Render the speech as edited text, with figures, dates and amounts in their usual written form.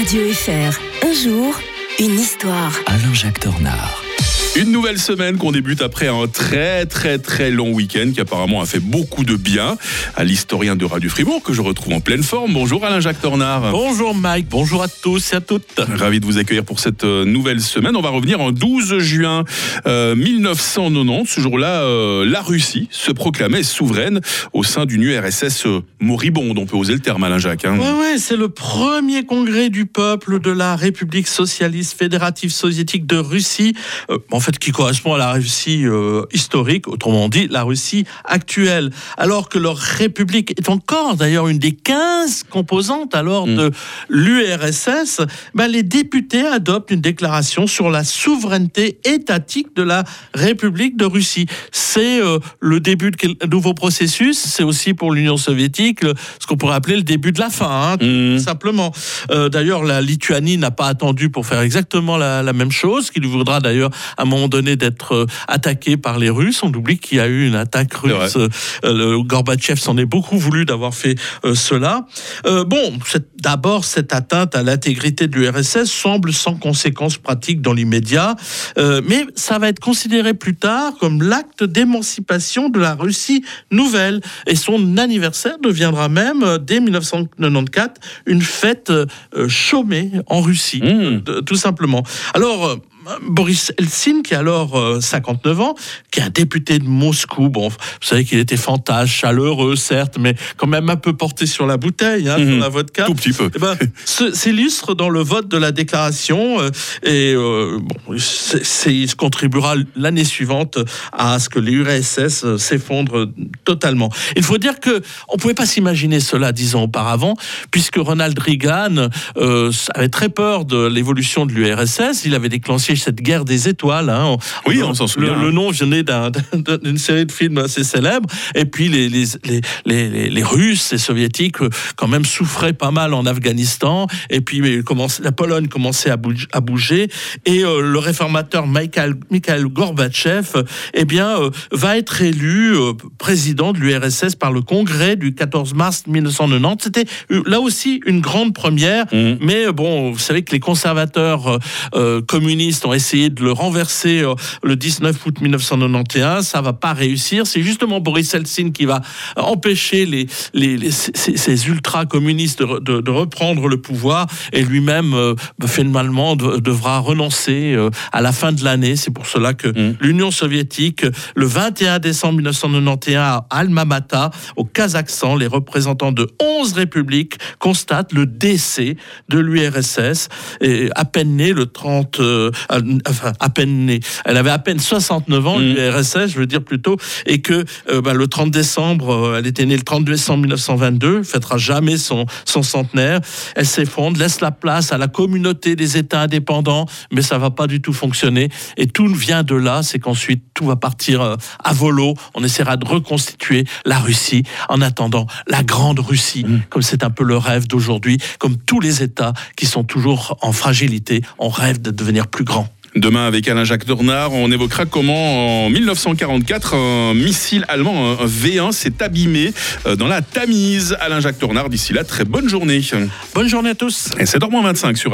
Radio FR. Un jour, une histoire. Alain-Jacques Tornard. Une nouvelle semaine qu'on débute après un très long week-end qui apparemment a fait beaucoup de bien à l'historien de Radio Fribourg que je retrouve en pleine forme. Bonjour Alain-Jacques Tornard. Bonjour Mike, bonjour à tous et à toutes. Ravi de vous accueillir pour cette nouvelle semaine. On va revenir en 12 juin 1990. Ce jour-là, la Russie se proclamait souveraine au sein d'une URSS moribonde. On peut oser le terme, Alain-Jacques. Oui, c'est le premier congrès du peuple de la République socialiste fédérative soviétique de Russie. En fait, qui correspond à la Russie historique, autrement dit, la Russie actuelle. Alors que leur république est encore, d'ailleurs, une des 15 composantes alors de l'URSS, les députés adoptent une déclaration sur la souveraineté étatique de la République de Russie. C'est le début d'un nouveau processus. C'est aussi pour l'Union soviétique ce qu'on pourrait appeler le début de la fin, tout simplement. D'ailleurs, la Lituanie n'a pas attendu pour faire exactement la même chose, qui lui voudra d'ailleurs à un moment donné d'être attaqué par les Russes. On oublie qu'il y a eu une attaque russe. Gorbatchev s'en est beaucoup voulu d'avoir fait cela. D'abord, cette atteinte à l'intégrité de l'URSS semble sans conséquences pratiques dans l'immédiat, mais ça va être considéré plus tard comme l'acte d'émancipation de la Russie nouvelle. Et son anniversaire deviendra même, dès 1994, une fête chômée en Russie, tout simplement. Alors, Boris Eltsine, qui a alors 59 ans, qui est un député de Moscou. Bon, vous savez qu'il était fantasque, chaleureux, certes, mais quand même un peu porté sur la bouteille, sur la vodka. Tout petit peu. S'illustre dans le vote de la déclaration il contribuera l'année suivante à ce que l'URSS s'effondre totalement. Il faut dire que on pouvait pas s'imaginer cela 10 ans auparavant, puisque Ronald Reagan avait très peur de l'évolution de l'URSS. Il avait déclenché cette guerre des étoiles. On s'en souvient. Le nom venait d'une série de films assez célèbres. Et puis les Russes et Soviétiques quand même souffraient pas mal en Afghanistan. Et puis la Pologne commençait à bouger. Et le réformateur Mikhail Gorbatchev, va être élu président de l'URSS par le Congrès du 14 mars 1990. C'était là aussi une grande première. Mais vous savez que les conservateurs communistes ont essayé de le renverser le 19 août 1991. Ça va pas réussir. C'est justement Boris Eltsine qui va empêcher ces ultra-communistes de reprendre le pouvoir, et lui-même, finalement, devra renoncer à la fin de l'année. C'est pour cela que l'Union soviétique, le 21 décembre 1991, à Alma-Ata, au Kazakhstan, les représentants de 11 républiques constatent le décès de l'URSS, et à peine née le 30... à peine née. Elle avait à peine 69 ans, l'URSS, je veux dire plutôt, et que le 30 décembre, elle était née le 30 décembre 1922, fêtera jamais son centenaire. Elle s'effondre, laisse la place à la communauté des États indépendants, mais ça va pas du tout fonctionner. Et tout vient de là, c'est qu'ensuite tout va partir à volo. On essaiera de reconstituer la Russie en attendant la grande Russie, comme c'est un peu le rêve d'aujourd'hui, comme tous les États qui sont toujours en fragilité, on rêve de devenir plus grand. Demain, avec Alain-Jacques Tornard, on évoquera comment, en 1944, un missile allemand, un V1, s'est abîmé dans la Tamise. Alain-Jacques Tornard, d'ici là, très bonne journée. Bonne journée à tous. Et c'est 7h25 sur